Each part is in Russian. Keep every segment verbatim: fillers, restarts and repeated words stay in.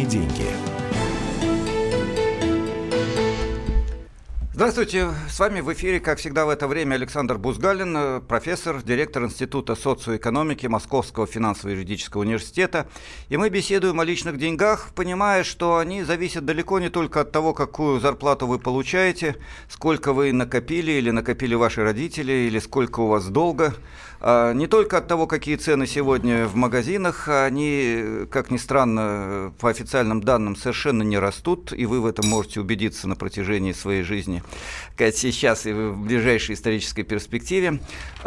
деньги». Здравствуйте, с вами в эфире, как всегда в это время, Александр Бузгалин, профессор, директор Института социоэкономики Московского финансово-юридического университета. И мы беседуем о личных деньгах, понимая, что они зависят далеко не только от того, какую зарплату вы получаете, сколько вы накопили или накопили ваши родители, или сколько у вас долга. Не только от того, какие цены сегодня в магазинах, они, как ни странно, по официальным данным совершенно не растут, и вы в этом можете убедиться на протяжении своей жизни, как сейчас и в ближайшей исторической перспективе.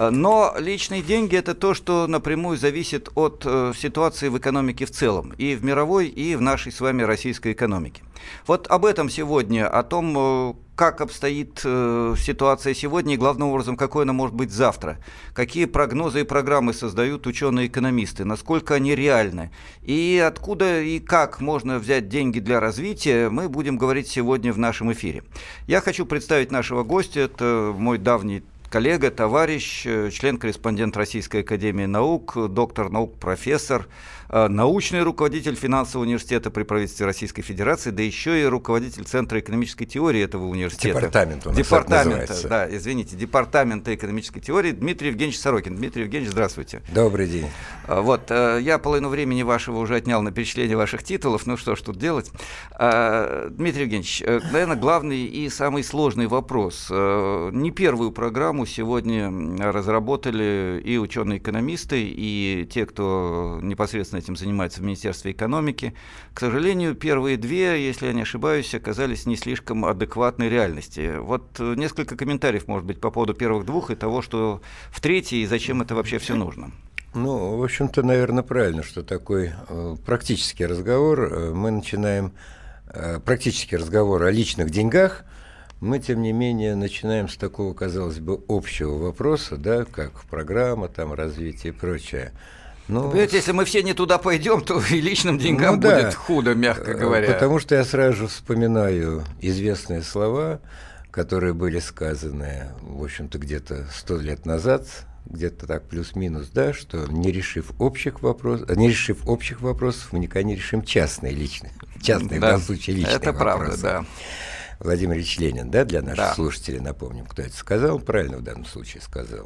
Но личные деньги – это то, что напрямую зависит от ситуации в экономике в целом, и в мировой, и в нашей с вами российской экономике. Вот об этом сегодня, о том, как обстоит э, ситуация сегодня и, главным образом, какой она может быть завтра. Какие прогнозы и программы создают ученые-экономисты, насколько они реальны. И откуда и как можно взять деньги для развития, мы будем говорить сегодня в нашем эфире. Я хочу представить нашего гостя, это мой давний коллега, товарищ, член-корреспондент Российской академии наук, доктор наук, профессор, научный руководитель финансового университета при правительстве Российской Федерации, да еще и руководитель Центра экономической теории этого университета. Департамент у нас Департамента, да, извините, Департамента экономической теории Дмитрий Евгеньевич Сорокин. Дмитрий Евгеньевич, здравствуйте. Добрый день. Вот, я половину времени вашего уже отнял на перечисление ваших титулов, ну что ж тут делать. Дмитрий Евгеньевич, наверное, главный и самый сложный вопрос. Не первую программу сегодня разработали и ученые-экономисты, и те, кто непосредственно этим занимается в Министерстве экономики. К сожалению, первые две, если я не ошибаюсь, оказались не слишком адекватной реальности. Вот несколько комментариев, может быть, по поводу первых двух и того, что в третьей, и зачем это вообще все нужно. Ну, в общем-то, наверное, правильно, что такой э, практический разговор. Э, мы начинаем э, практический разговор о личных деньгах. Мы, тем не менее, начинаем с такого, казалось бы, общего вопроса, да, как программа, там, развитие и прочее. Ну, понимаете, если мы все не туда пойдем, то и личным деньгам ну, будет да, худо, мягко говоря. Потому что я сразу же вспоминаю известные слова, которые были сказаны, в общем-то, где-то сто лет назад, где-то так плюс-минус, да, что не решив общих вопросов, не решив общих вопросов, мы никогда не решим частные личные, частные да, в данном случае личные это вопросы. Правда, да. Владимир Ильич Ленин, да, для наших да. слушателей, напомним, кто это сказал, правильно в данном случае сказал.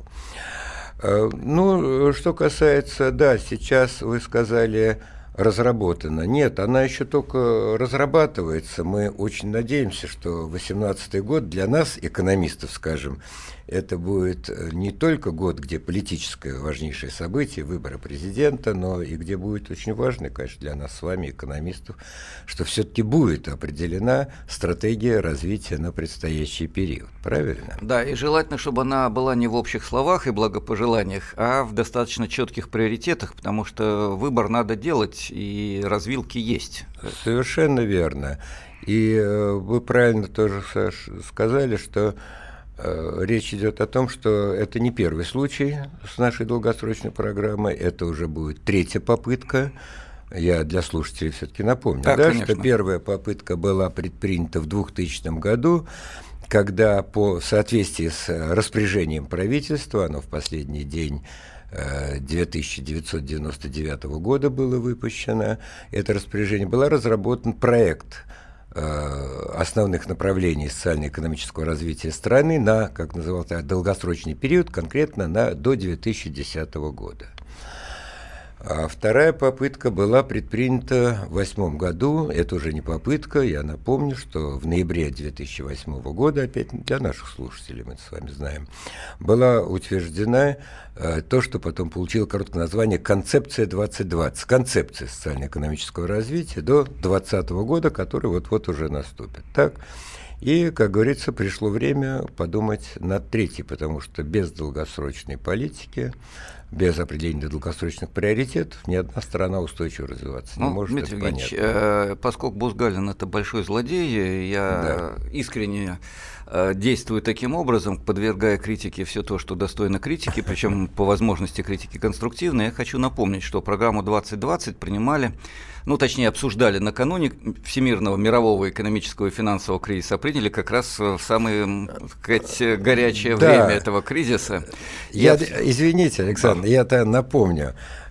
Ну, что касается, да, сейчас вы сказали, разработана. Нет, она еще только разрабатывается. Мы очень надеемся, что восемнадцатый год для нас, экономистов, скажем, это будет не только год, где политическое важнейшее событие, выборы президента, но и где будет очень важно, конечно, для нас с вами, экономистов, что все-таки будет определена стратегия развития на предстоящий период. Правильно? Да, и желательно, чтобы она была не в общих словах и благопожеланиях, а в достаточно четких приоритетах, потому что выбор надо делать, и развилки есть. Совершенно верно. И вы правильно тоже, Саш, сказали, что речь идет о том, что это не первый случай с нашей долгосрочной программой, это уже будет третья попытка. Я для слушателей все-таки напомню, да, да, что первая попытка была предпринята в двухтысячном году, когда по соответствии с распоряжением правительства, оно в последний день тысяча девятьсот девяносто девятого года было выпущено, это распоряжение, был разработан проект основных направлений социально-экономического развития страны на, как назывался, долгосрочный период, конкретно на, до две тысячи десятого года. А вторая попытка была предпринята в две тысячи восьмом году. Это уже не попытка, я напомню, что в ноябре две тысячи восьмого года, опять для наших слушателей, мы это с вами знаем, была утверждена э, то, что потом получило короткое название «Концепция двадцать двадцать», концепция социально-экономического развития до двадцатого года, который вот-вот уже наступит. Так? И, как говорится, пришло время подумать над третьей, потому что без долгосрочной политики, без определения долгосрочных приоритетов ни одна страна устойчиво развиваться не ну, может. Дмитрий Евгеньевич, э, поскольку Бузгалин – это большой злодей, я да. искренне э, действую таким образом, подвергая критике все то, что достойно критики, причем по возможности критики конструктивной. Я хочу напомнить, что программу двадцать двадцать принимали, ну, точнее, обсуждали накануне Всемирного мирового экономического и финансового кризиса, приняли как раз в самое, так сказать, горячее да. время этого кризиса. Я, я... Извините, Александр, да. я-то напомню.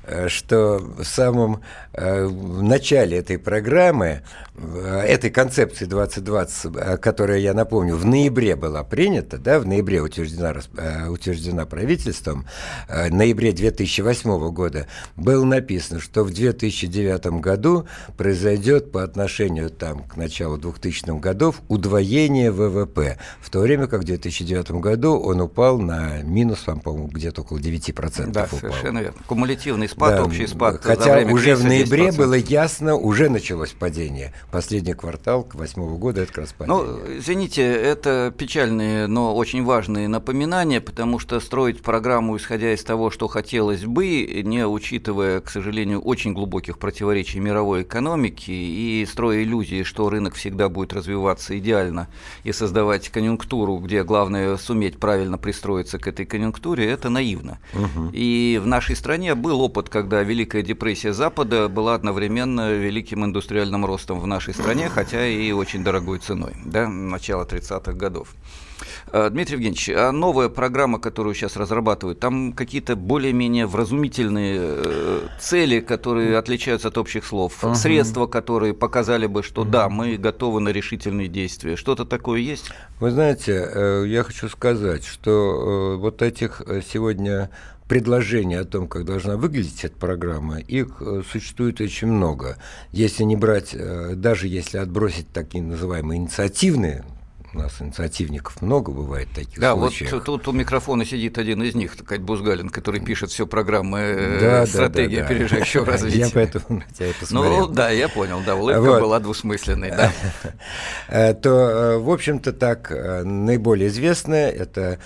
что в самом в начале этой программы, этой концепции двадцать двадцать, которая, я напомню, в ноябре была принята, да, в ноябре утверждена, утверждена правительством, в ноябре две тысячи восьмого года было написано, что в две тысячи девятом году произойдет по отношению там, к началу двухтысячных годов удвоение ВВП, в то время как в две тысячи девятом году он упал на минус, по-моему, где-то около девять процентов. Да, упал. Совершенно верно. Кумулятивный спад, да, общий спад. Хотя уже в ноябре было ясно, уже началось падение. Последний квартал восьмого года это как раз падение. Ну, извините, это печальные, но очень важные напоминания, потому что строить программу, исходя из того, что хотелось бы, не учитывая, к сожалению, очень глубоких противоречий мировой экономики и строя иллюзии, что рынок всегда будет развиваться идеально и создавать конъюнктуру, где главное суметь правильно пристроиться к этой конъюнктуре, это наивно. Угу. И в нашей стране был опыт, когда Великая депрессия Запада была одновременно великим индустриальным ростом в нашей стране, хотя и очень дорогой ценой, да, начало тридцатых годов. Дмитрий Евгеньевич, а новая программа, которую сейчас разрабатывают, там какие-то более-менее вразумительные цели, которые отличаются от общих слов, uh-huh. средства, которые показали бы, что uh-huh. да, мы готовы на решительные действия. Что-то такое есть? Вы знаете, я хочу сказать, что вот этих сегодня предложений о том, как должна выглядеть эта программа, их существует очень много. Если не брать, даже если отбросить такие называемые инициативные, у нас инициативников много бывает таких да, случаев. Да, вот тут у микрофона сидит один из них, Кать Бузгалин, который пишет все программы да, «Стратегия да, да, опережающего да. развития». Я поэтому на тебя и посмотрел. Ну, да, я понял, да, улыбка вот. была двусмысленной, да. То, в общем-то, так, наиболее известная это,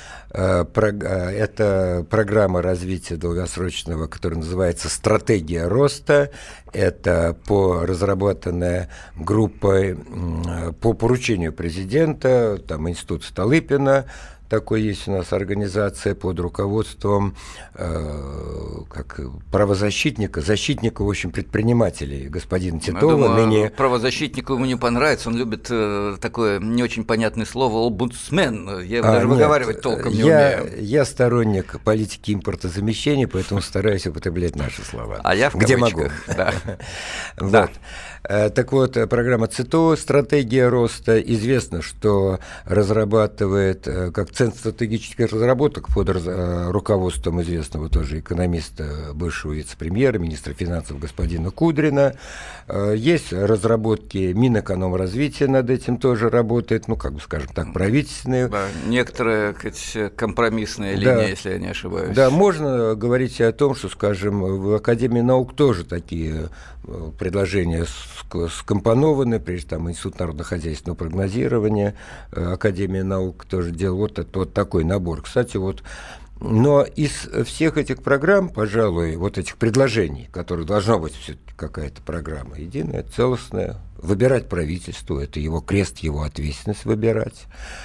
это программа развития долгосрочного, которая называется «Стратегия роста». Это по разработанная группой по поручению президента, там институт Столыпина, такой есть у нас организация под руководством э, как правозащитника, защитника, в общем, предпринимателей, господина Титова. Я думаю, ныне... правозащитнику ему не понравится, он любит э, такое не очень понятное слово «омбудсмен», я его а, даже нет, выговаривать толком не я, умею. Я сторонник политики импортозамещения, поэтому стараюсь употреблять наши слова. А я в где кавычках, могу. Да. Вот. Да. Так вот, программа ЦИТО «Стратегия роста». Известно, что разрабатывает как Центр стратегических разработок под руководством известного тоже экономиста, бывшего вице-премьера, министра финансов господина Кудрина. Есть разработки Минэкономразвития над этим тоже работает, ну, как бы, скажем так, правительственные. Да, некоторая, сказать, компромиссная да. линия, если я не ошибаюсь. Да, можно говорить о том, что, скажем, в Академии наук тоже такие предложения скомпонованы, прежде там Институт народно-хозяйственного прогнозирования, Академия наук тоже делал вот, это, вот такой набор. Кстати, вот, но из всех этих программ, пожалуй, вот этих предложений, которые должна быть все-таки какая-то программа единая, целостная, выбирать правительству, это его крест, его ответственность выбирать.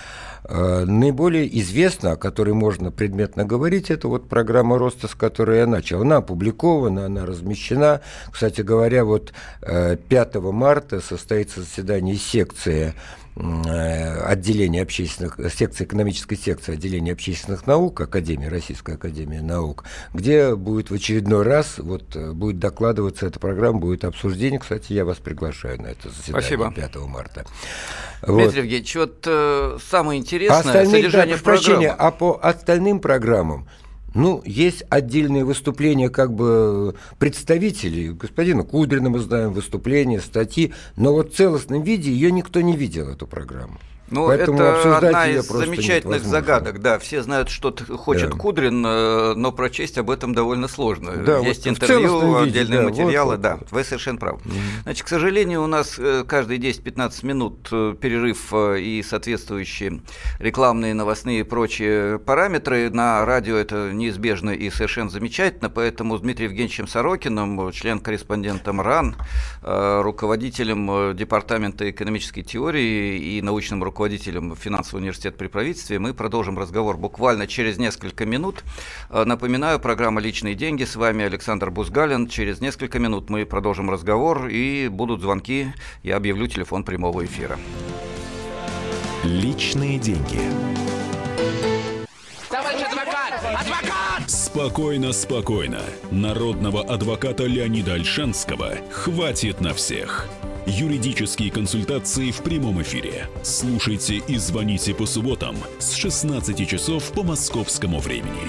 Наиболее известна, о которой можно предметно говорить, это вот программа роста, с которой я начал. Она опубликована, она размещена. Кстати говоря, вот пятого марта состоится заседание секции отделения общественных, секции, экономической секции отделения общественных наук, Академии, Российской академии наук, где будет в очередной раз, вот, будет докладываться эта программа, будет обсуждение. Кстати, я вас приглашаю на это заседание. Спасибо. пятого марта. Дмитрий вот. Евгеньевич, вот э, самое интересное остальные, содержание да, программы. Прощения, а по остальным программам, ну, есть отдельные выступления как бы представителей. Господина Кудрина мы знаем, выступления, статьи, но вот в целостном виде ее никто не видел, эту программу. Ну, поэтому это одна из замечательных загадок, да, все знают, что хочет да. Кудрин, но прочесть об этом довольно сложно. Да, есть вот интервью, виде, отдельные да, материалы, вот, да, вот. вы совершенно правы. Mm-hmm. Значит, к сожалению, у нас каждые десять-пятнадцать минут перерыв и соответствующие рекламные, новостные и прочие параметры. На радио это неизбежно и совершенно замечательно, поэтому с Дмитрием Евгеньевичем Сорокиным, член-корреспондентом РАН, руководителем Департамента экономической теории и научным руководителем финансового университета при правительстве. Мы продолжим разговор буквально через несколько минут. Напоминаю, программа «Личные деньги». С вами Александр Бузгалин. Через несколько минут мы продолжим разговор, и будут звонки. Я объявлю телефон прямого эфира. Личные деньги. Товарищ адвокат! Адвокат! Спокойно, спокойно. Народного адвоката Леонида Ольшанского хватит на всех. Юридические консультации в прямом эфире. Слушайте и звоните по субботам с шестнадцати часов по московскому времени.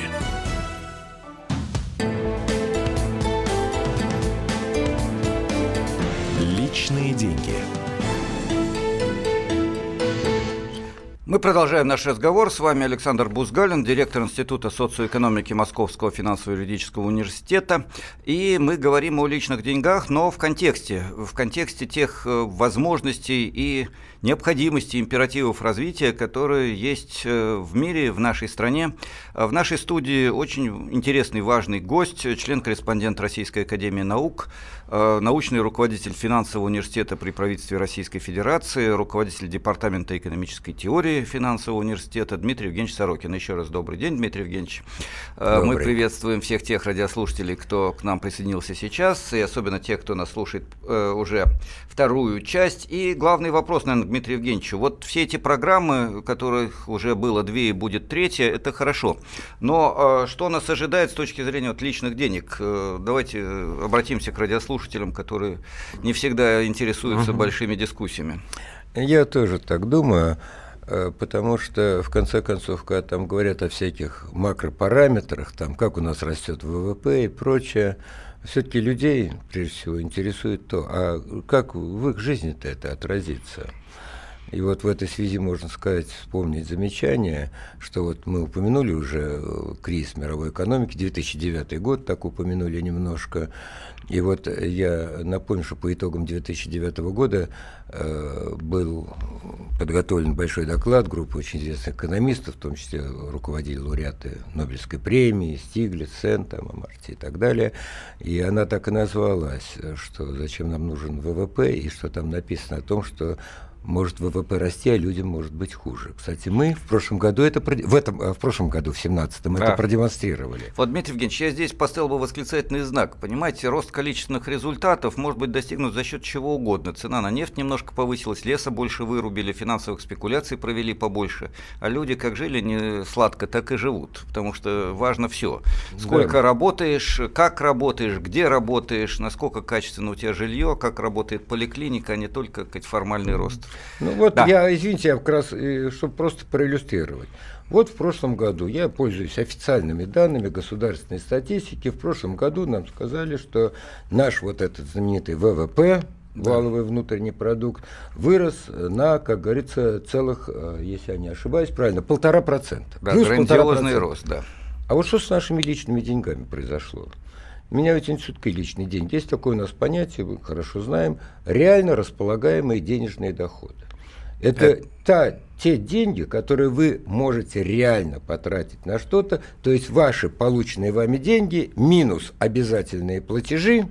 Личные деньги. Мы продолжаем наш разговор. С вами Александр Бузгалин, директор Института социоэкономики Московского финансово-юридического университета. И мы говорим о личных деньгах, но в контексте, в контексте тех возможностей и необходимости императивов развития, которые есть в мире, в нашей стране. В нашей студии очень интересный, важный гость, член-корреспондент Российской академии наук, научный руководитель финансового университета при правительстве Российской Федерации, руководитель департамента экономической теории финансового университета Дмитрий Евгеньевич Сорокин. Еще раз добрый день, Дмитрий Евгеньевич. Добрый. Мы приветствуем всех тех радиослушателей, кто к нам присоединился сейчас, и особенно тех, кто нас слушает э, уже вторую часть. И главный вопрос, наверное, к Дмитрию Евгеньевичу. Вот все эти программы, которых уже было две и будет третья, это хорошо. Но э, что нас ожидает с точки зрения вот, личных денег? Э, давайте обратимся к радиослушателям, которые не всегда интересуются угу. большими дискуссиями. Я тоже так думаю. Потому что, в конце концов, когда там говорят о всяких макропараметрах, там, как у нас растет ВВП и прочее, все-таки людей, прежде всего, интересует то, а как в их жизни-то это отразится. И вот в этой связи можно сказать, вспомнить замечание, что вот мы упомянули уже кризис мировой экономики, две тысячи девятый год, так упомянули немножко. И вот я напомню, что по итогам две тысячи девятого года э, был подготовлен большой доклад группы очень известных экономистов, в том числе руководили лауреаты Нобелевской премии, Стиглиц, Сен, там, Амарти и так далее. И она так и назвалась, что зачем нам нужен ВВП, и что там написано о том, что может ВВП расти, а людям может быть хуже. Кстати, мы в прошлом году это в этом в прошлом году, в семнадцатом, да. это продемонстрировали. Вот, Дмитрий Евгеньевич, я здесь поставил бы восклицательный знак. Понимаете, рост количественных результатов может быть достигнут за счет чего угодно. Цена на нефть немножко повысилась, леса больше вырубили, финансовых спекуляций провели побольше. А люди как жили не сладко, так и живут. Потому что важно все. Сколько да. работаешь, как работаешь, где работаешь, насколько качественно у тебя жилье, как работает поликлиника, а не только как формальный рост. Ну вот да. я, извините, я как раз, чтобы просто проиллюстрировать. Вот в прошлом году, я пользуюсь официальными данными государственной статистики, в прошлом году нам сказали, что наш вот этот знаменитый ВВП, да. валовый внутренний продукт, вырос на, как говорится, целых, если я не ошибаюсь, правильно, полтора процента. Да, грандиозный рост, да. А вот что с нашими личными деньгами произошло? Меня ведь интересуют такие личные деньги. Есть такое у нас понятие, мы хорошо знаем, реально располагаемые денежные доходы. Это э... та, те деньги, которые вы можете реально потратить на что-то, то есть ваши полученные вами деньги минус обязательные платежи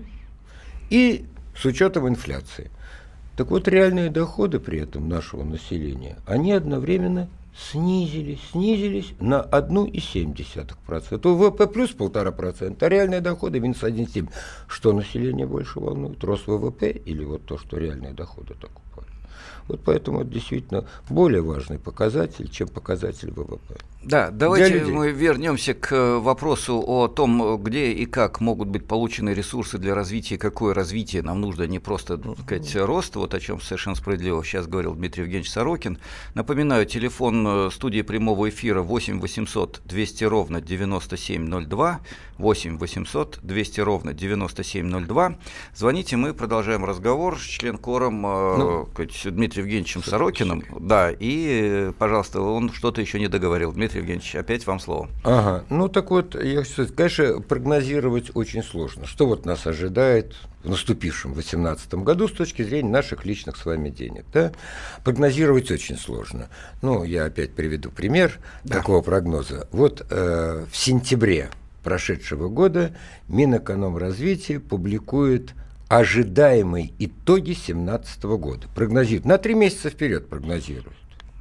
и с учетом инфляции. Так вот, реальные доходы при этом нашего населения, они одновременно снизились, снизились на одна целая семь десятых процента. ВВП плюс полтора процента, а реальные доходы минус один целых семь десятых процента. Что население больше волнует? Рост ВВП или вот то, что реальные доходы так упали? Вот поэтому это действительно более важный показатель, чем показатель ВВП. Да, давайте мы вернемся к вопросу о том, где и как могут быть получены ресурсы для развития, какое развитие нам нужно, не просто, так сказать, рост, вот о чем совершенно справедливо сейчас говорил Дмитрий Евгеньевич Сорокин. Напоминаю, телефон студии прямого эфира восемь восемьсот двести ровно девяносто семь ноль два, восемь восемьсот двести ровно девяносто семь ноль два. Звоните, мы продолжаем разговор с член-кором ну, Дмитрием Евгеньевичем Сорокиным. Да, и, пожалуйста, он что-то еще не договорил. Дмитрий Евгеньевич, опять вам слово. Ага, ну так вот, я хочу сказать, конечно, прогнозировать очень сложно. Что вот нас ожидает в наступившем две тысячи восемнадцатом году с точки зрения наших личных с вами денег, да? Прогнозировать очень сложно. Ну, я опять приведу пример да. такого прогноза. Вот э, в сентябре прошедшего года Минэкономразвития публикует ожидаемые итоги две тысячи семнадцатого года. Прогнозирует, на три месяца вперед прогнозирует.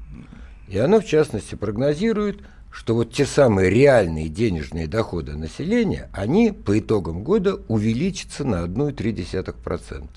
И оно, в частности, прогнозирует, что вот те самые реальные денежные доходы населения, они по итогам года увеличатся на одна целая три десятых процента.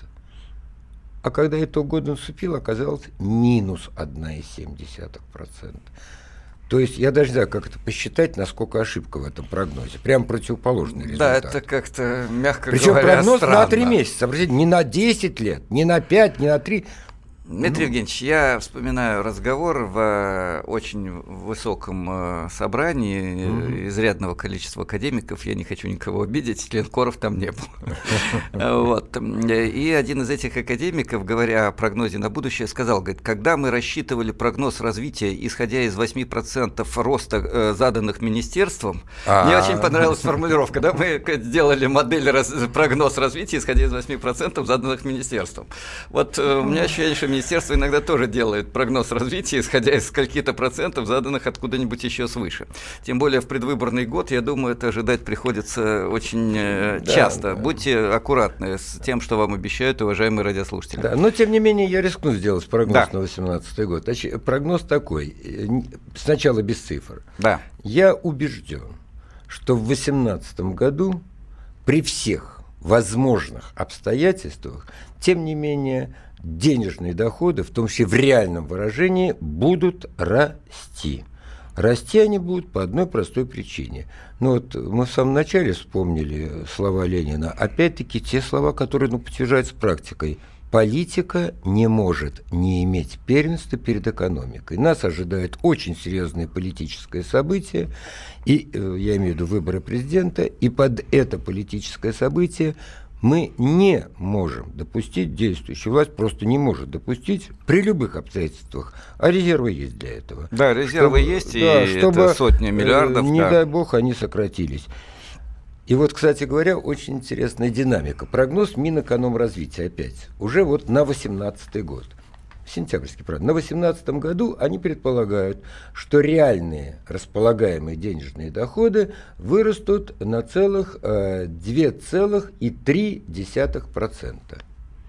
А когда итог года наступил, оказалось минус одна целая семь десятых процента. То есть я даже не знаю, как это посчитать, насколько ошибка в этом прогнозе. Прям противоположный результат. Да, это как-то, мягко Причем говоря, прогноз странно. на три месяца. Обратите, не на десять лет, не на пять, не на три. Дмитрий ну. Евгеньевич, я вспоминаю разговор в э, очень высоком э, собрании mm-hmm. изрядного количества академиков, я не хочу никого обидеть, линкоров там не было. Вот. И один из этих академиков, говоря о прогнозе на будущее, сказал, говорит, когда мы рассчитывали прогноз развития, исходя из восемь процентов роста, э, заданных министерством, мне очень понравилась формулировка, да, мы сделали модель раз, прогноз развития, исходя из восемь процентов заданных министерством. Вот э, у меня ощущение, что министерство иногда тоже делает прогноз развития, исходя из скольки-то процентов, заданных откуда-нибудь еще свыше. Тем более в предвыборный год, я думаю, это ожидать приходится очень э, да, часто. Да. Будьте аккуратны с тем, что вам обещают, уважаемые радиослушатели. Да, но, тем не менее, я рискну сделать прогноз да. на две тысячи восемнадцатый год. Значит, прогноз такой, сначала без цифр. Да. Я убежден, что в две тысячи восемнадцатом году при всех возможных обстоятельствах, тем не менее, денежные доходы, в том числе в реальном выражении, будут расти. Расти они будут по одной простой причине. Ну вот мы в самом начале вспомнили слова Ленина. Опять-таки те слова, которые ну, подтверждаются практикой. Политика не может не иметь первенства перед экономикой. Нас ожидает очень серьезное политическое событие, и я имею в виду выборы президента, и под это политическое событие мы не можем допустить, действующая власть просто не может допустить при любых обстоятельствах, а резервы есть для этого. Да, резервы чтобы, есть, да, и чтобы, это сотни миллиардов. Не да. дай бог, они сократились. И вот, кстати говоря, очень интересная динамика. Прогноз Минэкономразвития опять, уже вот на две тысячи восемнадцатый год. Сентябрьский прогноз. На две тысячи восемнадцатом году они предполагают, что реальные располагаемые денежные доходы вырастут на целых э, два целых три десятых процента.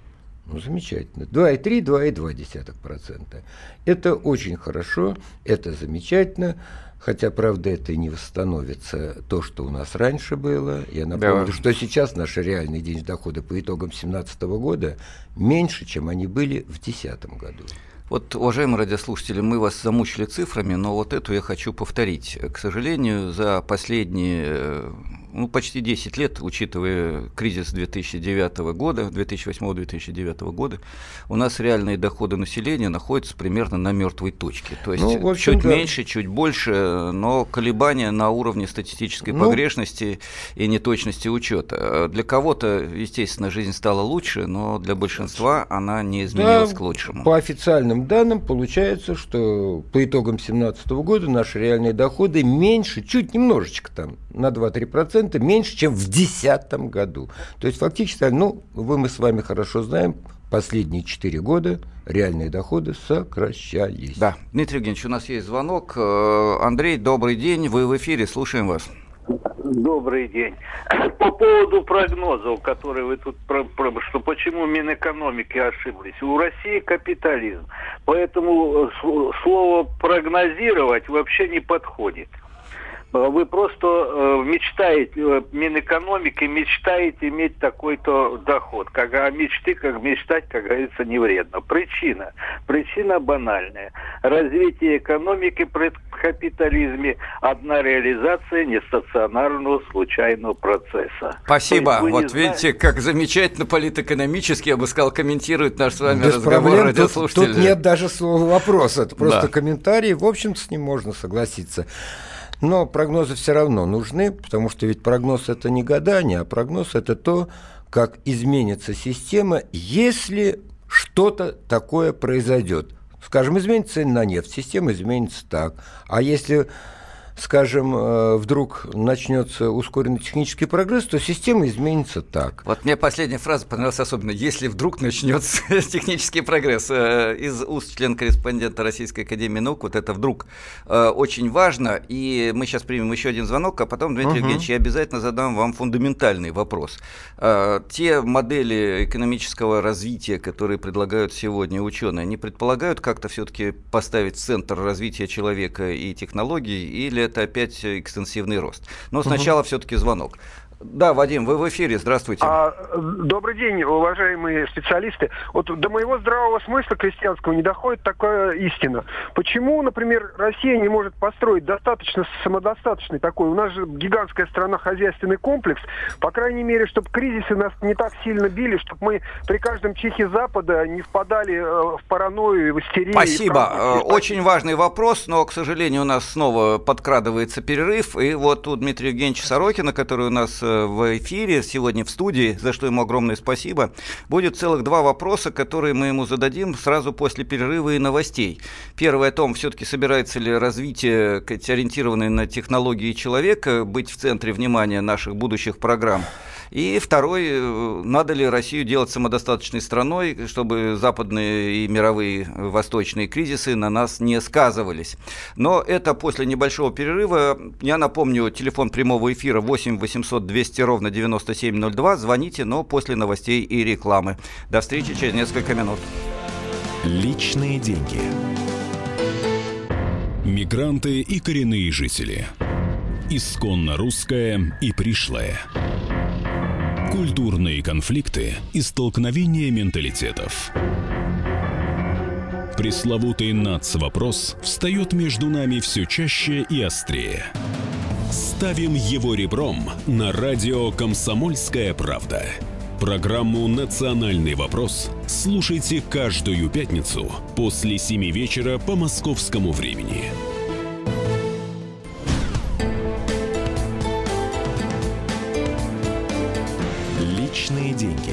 Ну, замечательно. два целых три - два целых два десятых процента. Это очень хорошо, это замечательно. Хотя, правда, это не восстановится то, что у нас раньше было. Я напомню, да. что сейчас наши реальные денежные доходы по итогам две тысячи семнадцатого года меньше, чем они были в две тысячи десятом году. Вот, уважаемые радиослушатели, мы вас замучили цифрами, но вот эту я хочу повторить. К сожалению, за последние ну, почти десять лет, учитывая кризис две тысячи девятого года, две тысячи восьмого - две тысячи девятого года, у нас реальные доходы населения находятся примерно на мертвой точке. То есть ну, общем, чуть да. меньше, чуть больше, но колебания на уровне статистической ну, погрешности и неточности учета. Для кого-то, естественно, жизнь стала лучше, но для большинства она не изменилась да, к лучшему. По официальным данным получается, что по итогам две тысячи семнадцатого года наши реальные доходы меньше, чуть немножечко там, на два-три процента меньше, чем в две тысячи десятом году. То есть фактически, ну, вы мы с вами хорошо знаем, последние четыре года реальные доходы сокращались. Да. Дмитрий Евгеньевич, у нас есть звонок. Андрей, добрый день, вы в эфире, слушаем вас. Добрый день. По поводу прогнозов, которые вы тут, про, про, что почему Минэкономики ошиблись. У России капитализм, поэтому слово прогнозировать вообще не подходит. Вы просто э, мечтаете, э, Минэкономики мечтаете иметь такой-то доход. Как, а мечты, как мечтать, как говорится, не вредно. Причина. Причина банальная. Развитие экономики при капитализме – одна реализация нестационарного случайного процесса. Спасибо. Вот видите, знаете... как замечательно политэкономически, я бы сказал, комментирует наш с вами без разговор радиослушателей. Тут, тут нет даже слова вопроса. Это просто да. комментарий. В общем-то, с ним можно согласиться. Но прогнозы все равно нужны, потому что ведь прогноз – это не гадание, а прогноз – это то, как изменится система, если что-то такое произойдет. Скажем, изменится цена на нефть, система изменится так. А если, скажем, вдруг начнется ускоренный технический прогресс, то система изменится так. Вот мне последняя фраза понравилась особенно. Если вдруг начнется технический прогресс. Из уст члена-корреспондента Российской академии наук, вот это вдруг очень важно. И мы сейчас примем еще один звонок, а потом, Дмитрий uh-huh. Евгеньевич, я обязательно задам вам фундаментальный вопрос. Те модели экономического развития, которые предлагают сегодня ученые, они предполагают как-то все-таки поставить в центр развития человека и технологий, или это опять экстенсивный рост? Но сначала uh-huh. все-таки звонок. Да, Вадим, вы в эфире, здравствуйте. А, добрый день, уважаемые специалисты. Вот до моего здравого смысла крестьянского не доходит такая истина. Почему, например, Россия не может построить достаточно самодостаточный такой? У нас же гигантская страна, хозяйственный комплекс. По крайней мере, чтобы кризисы нас не так сильно били, чтобы мы при каждом чихе Запада не впадали в паранойю, в истерию. Спасибо. Очень важный вопрос, но, к сожалению, у нас снова подкрадывается перерыв. И вот у Дмитрия Евгеньевича Сорокина, который у нас в эфире сегодня в студии, за что ему огромное спасибо, будет целых два вопроса, которые мы ему зададим сразу после перерыва и новостей. Первый о том, все-таки собирается ли развитие, ориентированное на технологии человека, быть в центре внимания наших будущих программ. И второй, надо ли Россию делать самодостаточной страной, чтобы западные и мировые восточные кризисы на нас не сказывались. Но это после небольшого перерыва. Я напомню, телефон прямого эфира восемь восемьсот двести ровно девяносто семь ноль два. Звоните, но после новостей и рекламы. До встречи через несколько минут. Личные деньги. Мигранты и коренные жители. Исконно русское и пришлое. Культурные конфликты и столкновения менталитетов. Пресловутый нацвопрос встает между нами все чаще и острее. Ставим его ребром на радио «Комсомольская правда». Программу «Национальный вопрос» слушайте каждую пятницу после семи вечера по московскому времени. Личные деньги.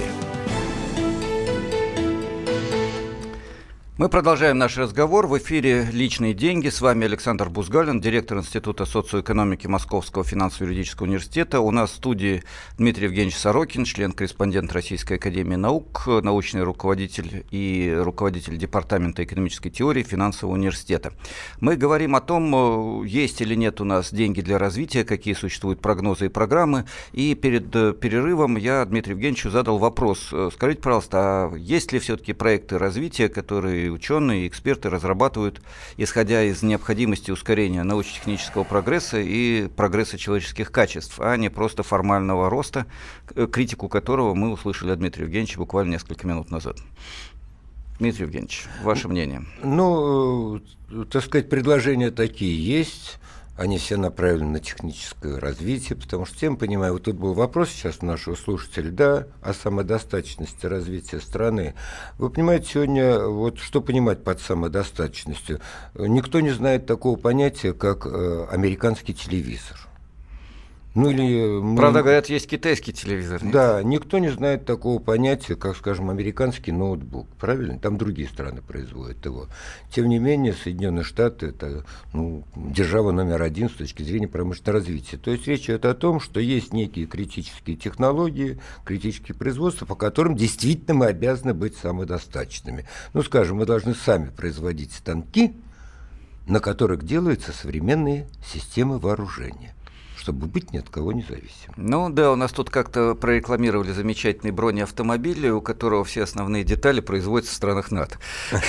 Мы продолжаем наш разговор. В эфире «Личные деньги». С вами Александр Бузгалин, директор Института социоэкономики Московского финансово-юридического университета. У нас в студии Дмитрий Евгеньевич Сорокин, член-корреспондент Российской академии наук, научный руководитель и руководитель департамента экономической теории финансового университета. Мы говорим о том, есть или нет у нас деньги для развития, какие существуют прогнозы и программы. И перед перерывом я Дмитрию Евгеньевичу задал вопрос. Скажите, пожалуйста, а есть ли все-таки проекты развития, которые ученые и эксперты разрабатывают, исходя из необходимости ускорения научно-технического прогресса и прогресса человеческих качеств, а не просто формального роста, критику которого мы услышали от Дмитрия Евгеньевича буквально несколько минут назад. Дмитрий Евгеньевич, ваше мнение? Ну, так сказать, предложения такие есть. Они все направлены на техническое развитие, потому что, всем понимаю, вот тут был вопрос сейчас у нашего слушателя, да, о самодостаточности развития страны. Вы понимаете, сегодня, вот что понимать под самодостаточностью? Никто не знает такого понятия, как э, американский телевизор. Ну, или, Правда, говорят, есть китайский телевизор. Нет? Да, никто не знает такого понятия, как, скажем, американский ноутбук. Правильно? Там другие страны производят его. Тем не менее, Соединенные Штаты – это ну, держава номер один с точки зрения промышленного развития. То есть речь идет о том, что есть некие критические технологии, критические производства, по которым действительно мы обязаны быть самодостаточными. Ну, скажем, мы должны сами производить станки, на которых делаются современные системы вооружения, чтобы быть ни от кого независимым. Ну да, у нас тут как-то прорекламировали замечательный бронеавтомобиль, у которого все основные детали производятся в странах НАТО.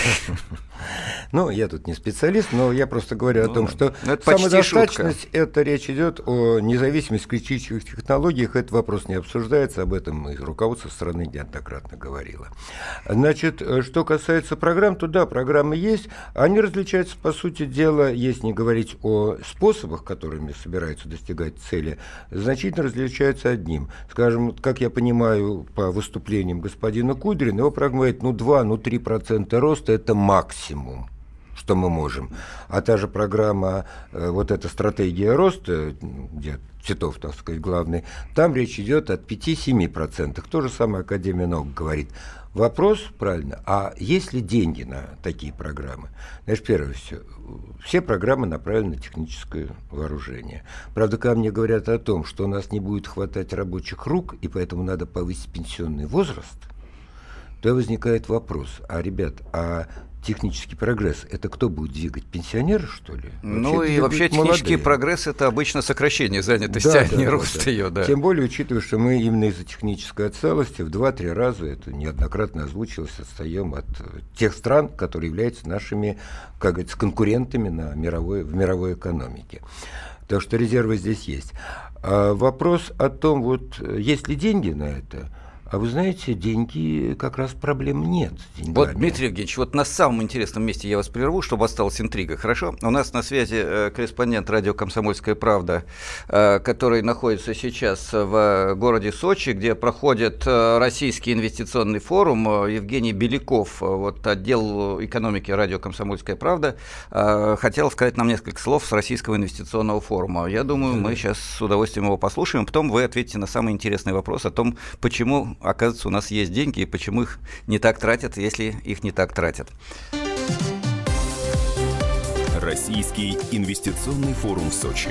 Ну, я тут не специалист, но я просто говорю ну, о том, что самодостаточность, это речь идет о независимости в критических технологиях, этот вопрос не обсуждается, об этом и руководство страны неоднократно говорило. Значит, что касается программ, то да, программы есть, они различаются, по сути дела, если не говорить о способах, которыми собираются достигать цели, значительно различаются одним. Скажем, как я понимаю по выступлениям господина Кудрина, его программа говорит, ну, два, ну, три процента роста – это максимум, что мы можем. А та же программа, вот эта стратегия роста, где Титов, так сказать, главный, там речь идет от пяти-семи процентов. То же самое Академия наук говорит. Вопрос, правильно, а есть ли деньги на такие программы? Значит, первое все, все программы направлены на техническое вооружение. Правда, когда мне говорят о том, что у нас не будет хватать рабочих рук, и поэтому надо повысить пенсионный возраст, то возникает вопрос, а, ребят, а технический прогресс, это кто будет двигать? Пенсионеры, что ли? Ну вообще и вообще технический молодые. Прогресс – это обычно сокращение занятости, да, а не да, рост да. ее. Да. Тем более, учитывая, что мы именно из-за технической отсталости в два-три раза, это неоднократно озвучилось, отстаем от тех стран, которые являются нашими, как говорится, конкурентами на мировой, в мировой экономике. Так что резервы здесь есть. А вопрос о том, вот есть ли деньги на это. А вы знаете, деньги, как раз проблем нет с деньгами. Вот, Дмитрий Евгеньевич, вот на самом интересном месте я вас прерву, чтобы осталась интрига, хорошо? У нас на связи э, корреспондент радио «Комсомольская правда», э, который находится сейчас в городе Сочи, где проходит э, Российский инвестиционный форум, э, Евгений Беляков, э, вот отдел экономики радио «Комсомольская правда», э, хотел сказать нам несколько слов с Российского инвестиционного форума. Я думаю, мы сейчас с удовольствием его послушаем, потом вы ответите на самый интересный вопрос о том, почему, оказывается, у нас есть деньги и почему их не так тратят, если их не так тратят. Российский инвестиционный форум в Сочи.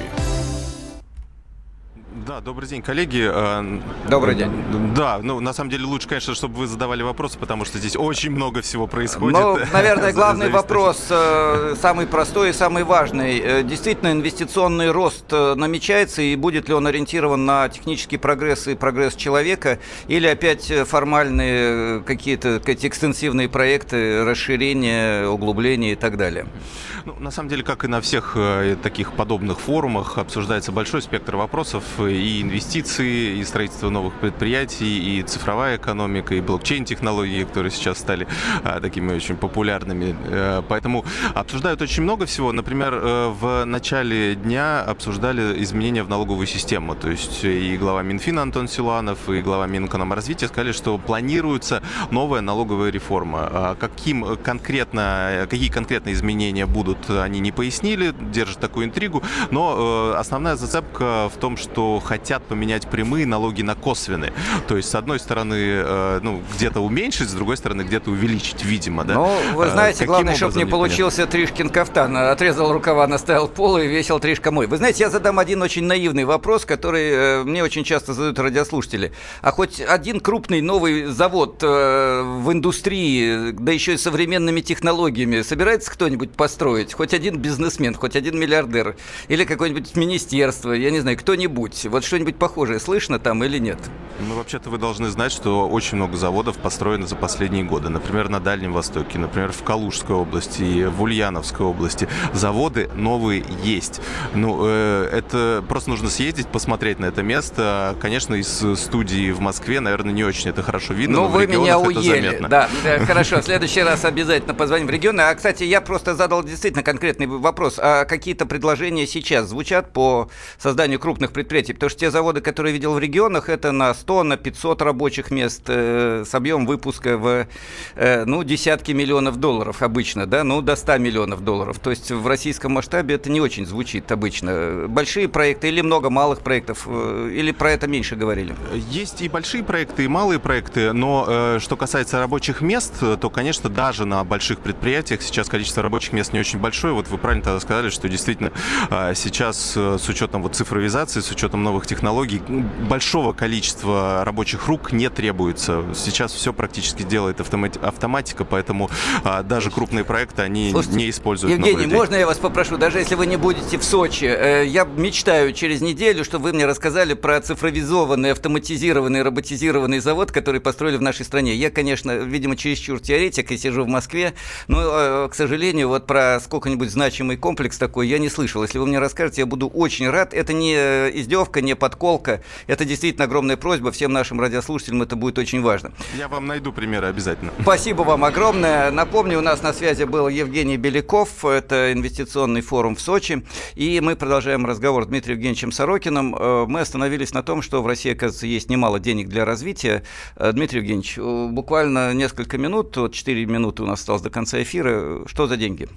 Да, добрый день, коллеги. Добрый день. Да, ну, на самом деле лучше, конечно, чтобы вы задавали вопросы, потому что здесь очень много всего происходит. Ну, наверное, главный вопрос, самый простой и самый важный. Действительно, инвестиционный рост намечается, и будет ли он ориентирован на технический прогресс и прогресс человека, или опять формальные какие-то экстенсивные проекты, расширения, углубления и так далее? Ну, на самом деле, как и на всех э, таких подобных форумах, обсуждается большой спектр вопросов: и инвестиции, и строительство новых предприятий, и цифровая экономика, и блокчейн-технологии, которые сейчас стали э, такими очень популярными. Э, поэтому обсуждают очень много всего. Например, э, в начале дня обсуждали изменения в налоговую систему. То есть и глава Минфина Антон Силуанов, и глава Минэкономразвития сказали, что планируется новая налоговая реформа. А каким конкретно, какие конкретно изменения будут, они не пояснили, держат такую интригу, но э, основная зацепка в том, что хотят поменять прямые налоги на косвенные. То есть, с одной стороны, э, ну, где-то уменьшить, с другой стороны, где-то увеличить, видимо. Да? Ну, вы знаете, Каким главное, чтобы не непонятно. получился Тришкин кафтан. Отрезал рукава, наставил пол и весил Тришка мой. Вы знаете, я задам один очень наивный вопрос, который э, мне очень часто задают радиослушатели. А хоть один крупный новый завод э, в индустрии, да еще и современными технологиями, собирается кто-нибудь построить? Хоть один бизнесмен, хоть один миллиардер, или какое-нибудь министерство, я не знаю, кто-нибудь. Вот что-нибудь похожее слышно там или нет? Ну, вообще-то вы должны знать, что очень много заводов построено за последние годы. Например, на Дальнем Востоке, например, в Калужской области, в Ульяновской области. Заводы новые есть. Ну, э, это просто нужно съездить, посмотреть на это место. Конечно, из студии в Москве, наверное, не очень это хорошо видно, ну, но в вы меня уели. Да, да, хорошо, в следующий раз обязательно позвоним в регионы. А, кстати, я просто задал действительно конкретный вопрос. А какие-то предложения сейчас звучат по созданию крупных предприятий? Потому что те заводы, которые я видел в регионах, это на сто, на пятьсот рабочих мест э, с объемом выпуска в э, ну, десятки миллионов долларов обычно, да, ну, до ста миллионов долларов. То есть в российском масштабе это не очень звучит обычно. Большие проекты или много малых проектов, э, или про это меньше говорили? Есть и большие проекты, и малые проекты, но э, что касается рабочих мест, то, конечно, даже на больших предприятиях сейчас количество рабочих мест не очень большое. Вот вы правильно тогда сказали, что действительно э, сейчас э, с учетом вот цифровизации, с учетом новых технологий, большого количества рабочих рук не требуется. Сейчас все практически делает автомати- автоматика, поэтому а, даже крупные проекты, они Слушайте, не используют Евгений, много людей. Можно я вас попрошу, даже если вы не будете в Сочи, э, я мечтаю через неделю, чтобы вы мне рассказали про цифровизованный, автоматизированный, роботизированный завод, который построили в нашей стране. Я, конечно, видимо, чересчур теоретик и сижу в Москве, но, э, к сожалению, вот про сколько-нибудь значимый комплекс такой я не слышал. Если вы мне расскажете, я буду очень рад. Это не издевка, не подколка, это действительно огромная просьба всем нашим радиослушателям, это будет очень важно. Я вам найду примеры обязательно. Спасибо вам огромное. Напомню, у нас на связи был Евгений Беляков, это инвестиционный форум в Сочи, и мы продолжаем разговор с Дмитрием Евгеньевичем Сорокиным. Мы остановились на том, что в России, оказывается, есть немало денег для развития. Дмитрий Евгеньевич, буквально несколько минут, вот четыре минуты у нас осталось до конца эфира. Что за деньги?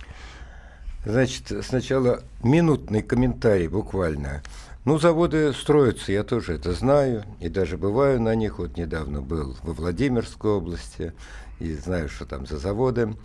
Значит, сначала минутный комментарий буквально. Ну, заводы строятся, я тоже это знаю, и даже бываю на них. Вот недавно был во Владимирской области, и знаю, что там за заводы.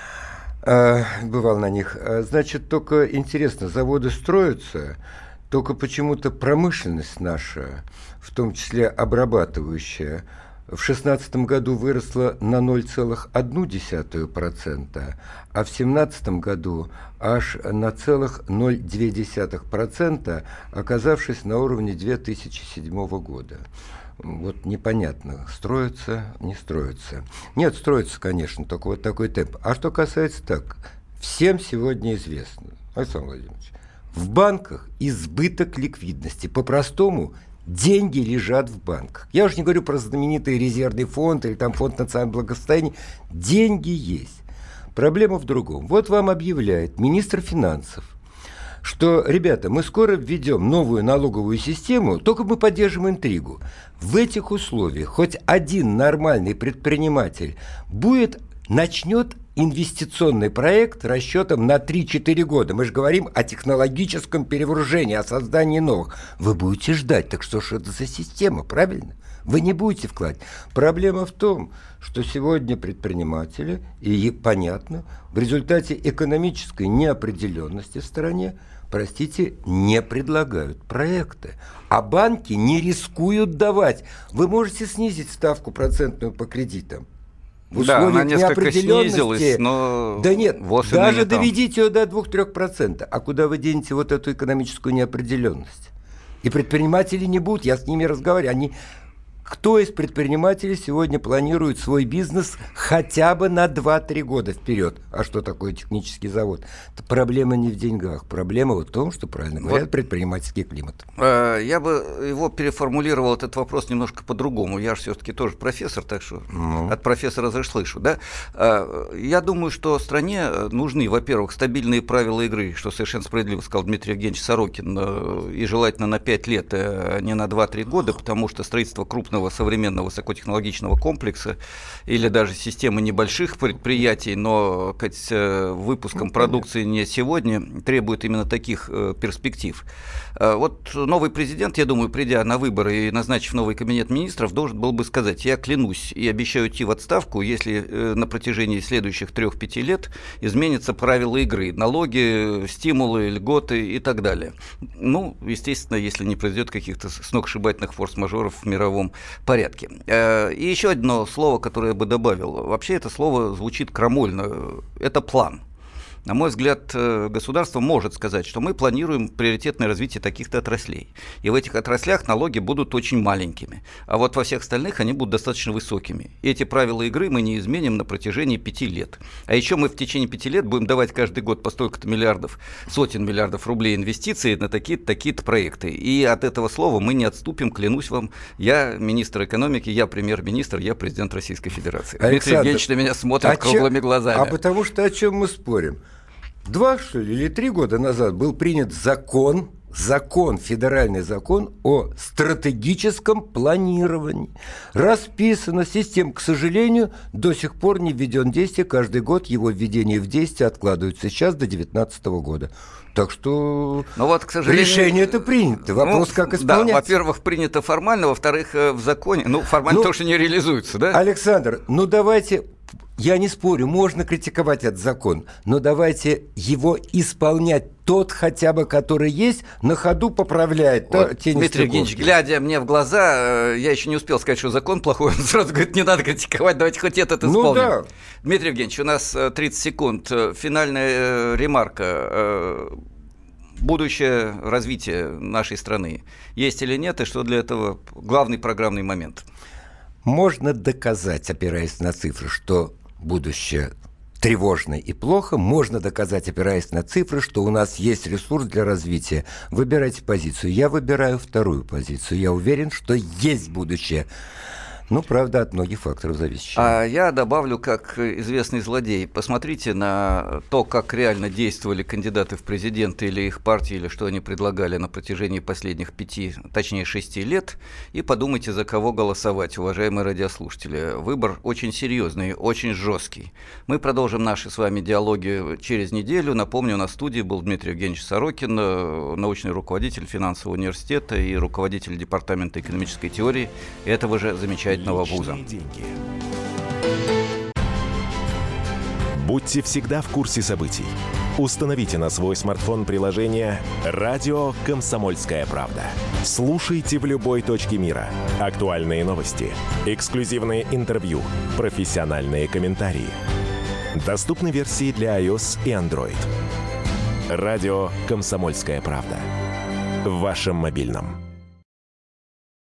А, бывал на них. А, значит, только интересно, заводы строятся, только почему-то промышленность наша, в том числе обрабатывающая, в шестнадцатом году выросла на ноль целых одну десятую процента, а в семнадцатом году аж на целых ноль целых две десятых процента, оказавшись на уровне две тысячи седьмого года. Вот непонятно, строится, не строится. Нет, строится, конечно, только вот такой темп. А что касается так, всем сегодня известно, Александр Владимирович, В банках избыток ликвидности. По-простому, деньги лежат в банках. Я уже не говорю про знаменитый резервный фонд или там фонд национального благосостояния. Деньги есть. Проблема в другом. Вот вам объявляет министр финансов, что, ребята, мы скоро введем новую налоговую систему, только мы поддержим интригу. В этих условиях хоть один нормальный предприниматель будет, начнет инвестиционный проект расчетом на три-четыре года. Мы же говорим о технологическом перевооружении, о создании новых. Вы будете ждать, так что же это за система, правильно? Вы не будете вкладывать. Проблема в том, что сегодня предприниматели, и понятно, в результате экономической неопределенности в стране, простите, не предлагают проекты. А банки не рискуют давать. Вы можете снизить ставку процентную по кредитам. В да, она условиях несколько неопределенности, снизилась, но... Да нет, ВОЗ даже там. доведите ее до двух-трёх процентов. А куда вы денете вот эту экономическую неопределенность? И предприниматели не будут, я с ними разговариваю, они... Кто из предпринимателей сегодня планирует свой бизнес хотя бы на два-три года вперед? А что такое технический завод? Это проблема не в деньгах. Проблема вот в том, что, правильно говорят, вот, предпринимательский климат. Э, я бы его переформулировал, этот вопрос, немножко по-другому. Я же все-таки тоже профессор, так что ну. от профессора же слышу. Да? Э, я думаю, что стране нужны, во-первых, стабильные правила игры, что совершенно справедливо сказал Дмитрий Евгеньевич Сорокин, э, и желательно на пять лет, а не на два-три года, потому что строительство крупного современного высокотехнологичного комплекса или даже системы небольших предприятий, но с выпуском продукции не сегодня, требует именно таких э, перспектив. Э, вот новый президент, я думаю, придя на выборы и назначив новый кабинет министров, должен был бы сказать: я клянусь и обещаю идти в отставку, если э, на протяжении следующих трех-пяти лет изменятся правила игры, налоги, стимулы, льготы и так далее. Ну, естественно, если не произойдет каких-то сногсшибательных форс-мажоров в мировом порядке. И еще одно слово, которое я бы добавил. Вообще это слово звучит крамольно. Это план. На мой взгляд, государство может сказать, что мы планируем приоритетное развитие таких-то отраслей. И в этих отраслях налоги будут очень маленькими. А вот во всех остальных они будут достаточно высокими. И эти правила игры мы не изменим на протяжении пяти лет. А еще мы в течение пяти лет будем давать каждый год по столько-то миллиардов, сотен миллиардов рублей инвестиций на такие-то, такие-то проекты. И от этого слова мы не отступим, клянусь вам. Я министр экономики, я премьер-министр, я президент Российской Федерации. Александр, Дмитрий Евгеньевич на меня смотрит а круглыми че... глазами. А потому что о чем мы спорим? Два, что ли, или три года назад был принят закон, закон, федеральный закон о стратегическом планировании. Расписана система, к сожалению, до сих пор не введен в действие. Каждый год его введение в действие откладывается сейчас до две тысячи девятнадцатого года. Так что ну вот, к сожалению, решение это принято. Вопрос, ну, как исполнять. Да, во-первых, принято формально, во-вторых, в законе. Ну, формально ну, то, что не реализуется, да? Александр, ну давайте... Я не спорю, можно критиковать этот закон, но давайте его исполнять, тот хотя бы, который есть, на ходу поправляет. Вот, Дмитрий Евгеньевич, глядя мне в глаза, я еще не успел сказать, что закон плохой, он сразу говорит, не надо критиковать, давайте хоть этот исполним. Ну, да. Дмитрий Евгеньевич, у нас тридцать секунд, финальная ремарка. Будущее развитие нашей страны есть или нет, и что для этого главный программный момент? Можно доказать, опираясь на цифры, что будущее тревожно и плохо. Можно доказать, опираясь на цифры, что у нас есть ресурс для развития. Выбирайте позицию. Я выбираю вторую позицию. Я уверен, что есть будущее. Ну, правда, от многих факторов зависит. А я добавлю, как известный злодей. Посмотрите на то, как реально действовали кандидаты в президенты или их партии, или что они предлагали на протяжении последних пяти, точнее шести лет, и подумайте, за кого голосовать, уважаемые радиослушатели. Выбор очень серьезный, очень жесткий. Мы продолжим наши с вами диалоги через неделю. Напомню, на студии был Дмитрий Евгеньевич Сорокин, научный руководитель финансового университета и руководитель департамента экономической теории этого же замечательного вуза. Будьте всегда в курсе событий. Установите на свой смартфон приложение «Радио Комсомольская правда». Слушайте в любой точке мира. Актуальные новости, эксклюзивные интервью, профессиональные комментарии. Доступны версии для iOS и Android. «Радио Комсомольская правда». В вашем мобильном.